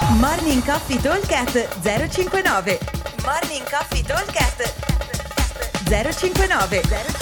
Morning Coffee Talkcast 059. Morning Coffee Talkcast 059.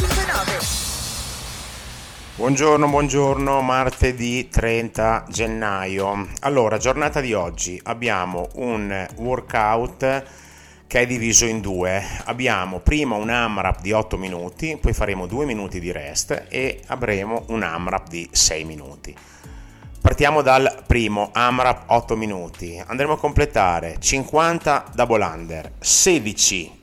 Buongiorno, martedì 30 gennaio. Allora, giornata di oggi, abbiamo un workout che è diviso in due. Abbiamo prima un AMRAP di 8 minuti, poi faremo 2 minuti di rest e avremo un AMRAP di 6 minuti. Partiamo dal primo AMRAP 8 minuti. Andremo a completare 50 double under, 16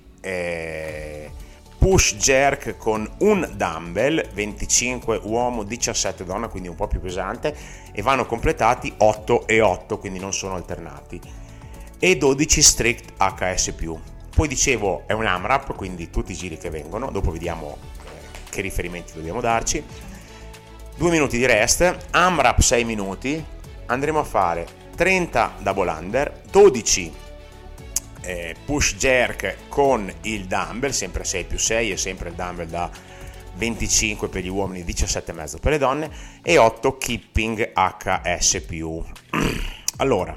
push jerk con un dumbbell, 25 uomo, 17 donna, quindi un po' più pesante, e vanno completati 8 e 8, quindi non sono alternati, e 12 strict HS+. Poi dicevo è un AMRAP, quindi tutti i giri che vengono, dopo vediamo che riferimenti dobbiamo darci. 2 minuti di rest, AMRAP 6 minuti, andremo a fare 30 double under, 12 push jerk con il dumbbell, sempre 6+6 e sempre il dumbbell da 25 per gli uomini, 17,5 per le donne, e 8 keeping HS+. Allora,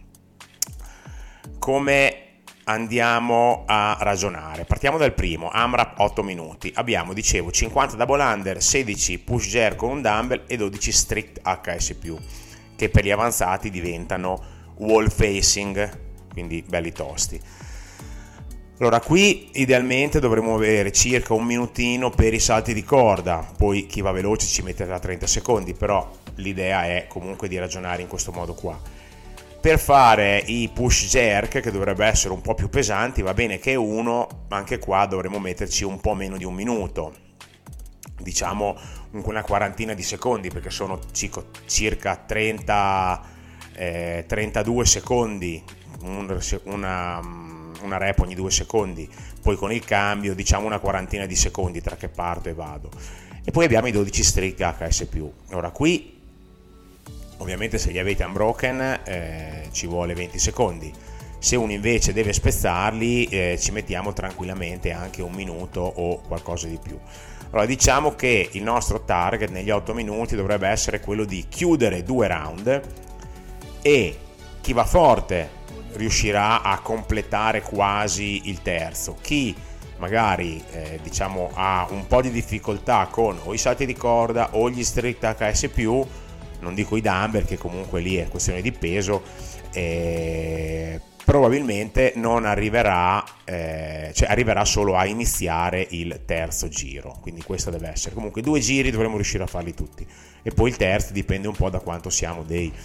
come andiamo a ragionare? Partiamo dal primo, AMRAP 8 minuti. Abbiamo, dicevo, 50 double under, 16 push jerk con un dumbbell e 12 strict HS+, che per gli avanzati diventano wall facing, quindi belli tosti. Allora, qui idealmente dovremmo avere circa un minutino per i salti di corda, poi chi va veloce ci metterà 30 secondi, però l'idea è comunque di ragionare in questo modo qua. Per fare i push jerk, che dovrebbe essere un po' più pesanti, va bene che uno, ma anche qua dovremo metterci un po' meno di un minuto, diciamo una quarantina di secondi, perché sono circa 32 secondi, una rep ogni 2 secondi, poi con il cambio diciamo una quarantina di secondi tra che parto e vado. E poi abbiamo i 12 strict HS+. Ora qui ovviamente se li avete unbroken ci vuole 20 secondi, se uno invece deve spezzarli ci mettiamo tranquillamente anche un minuto o qualcosa di più. Allora diciamo che il nostro target negli 8 minuti dovrebbe essere quello di chiudere 2 round, e chi va forte riuscirà a completare quasi il terzo. Chi magari diciamo ha un po' di difficoltà con o i salti di corda o gli strict HS+, non dico i dumbbell, che comunque lì è questione di peso, probabilmente non arriverà, cioè arriverà solo a iniziare il terzo giro, quindi questo deve essere. Comunque 2 giri dovremo riuscire a farli tutti, e poi il terzo dipende un po' da quanto siamo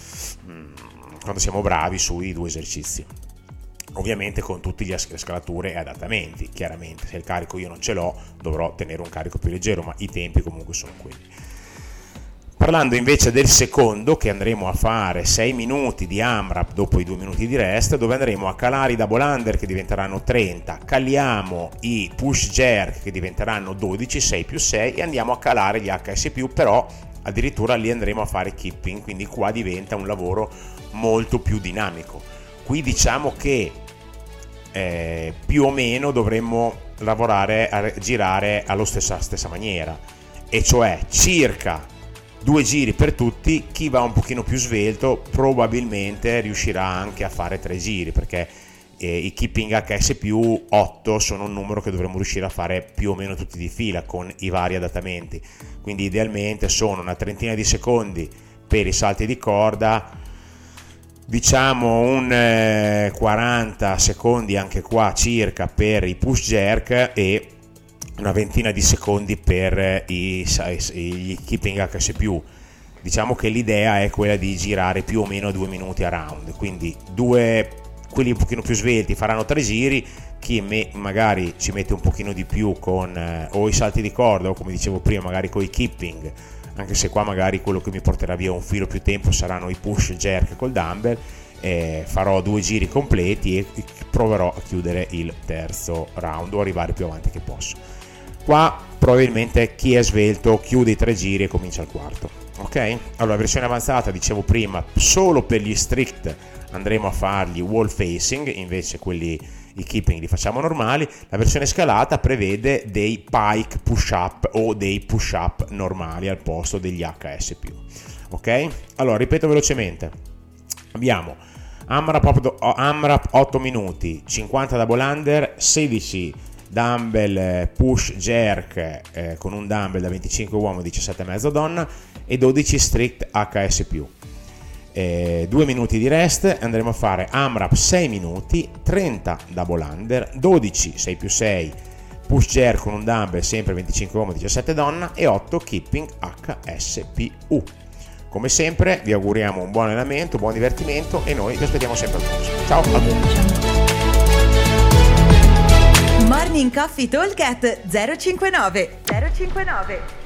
quando siamo bravi sui 2 esercizi, ovviamente con tutte le scalature e adattamenti. Chiaramente se il carico io non ce l'ho dovrò tenere un carico più leggero, ma i tempi comunque sono quelli. Parlando invece del secondo, che andremo a fare 6 minuti di AMRAP dopo i 2 minuti di rest, dove andremo a calare i double under che diventeranno 30, caliamo i push jerk che diventeranno 12, 6+6, e andiamo a calare gli HS+, però addirittura lì andremo a fare keeping, quindi qua diventa un lavoro molto più dinamico. Qui diciamo che più o meno dovremmo lavorare a girare alla stessa maniera, e cioè circa 2 giri per tutti. Chi va un pochino più svelto probabilmente riuscirà anche a fare 3 giri, perché i keeping HS+ 8 sono un numero che dovremmo riuscire a fare più o meno tutti di fila con i vari adattamenti, quindi idealmente sono una trentina di secondi per i salti di corda, diciamo un 40 secondi anche qua circa per i push jerk, e una ventina di secondi per i keeping HS+. Diciamo che l'idea è quella di girare più o meno 2 minuti a round, quindi quelli un pochino più svelti faranno 3 giri, chi magari ci mette un pochino di più con o i salti di corda o, come dicevo prima, magari con i keeping, anche se qua magari quello che mi porterà via un filo più tempo saranno i push jerk col dumbbell. Farò 2 giri completi e proverò a chiudere il terzo round o arrivare più avanti che posso. Qua probabilmente chi è svelto chiude i 3 giri e comincia il quarto. Ok? Allora, versione avanzata, dicevo prima, solo per gli strict andremo a fargli wall facing, invece i keeping li facciamo normali. La versione scalata prevede dei pike push up o dei push up normali al posto degli HS+. Ok? Allora, ripeto velocemente. Abbiamo AMRAP 8 minuti, 50 double under, 16 dumbbell push jerk con un dumbbell da 25 uomo, 17,5 donna e 12 strict HS+. 2 minuti di rest, andremo a fare AMRAP 6 minuti, 30 double under, 12 6+6 push jerk con un dumbbell sempre 25 uomo, 17 donna e 8 keeping HS+U. Come sempre vi auguriamo un buon allenamento, buon divertimento e noi vi aspettiamo sempre al prossimo. Ciao a tutti. Morning Coffee Talk at 059.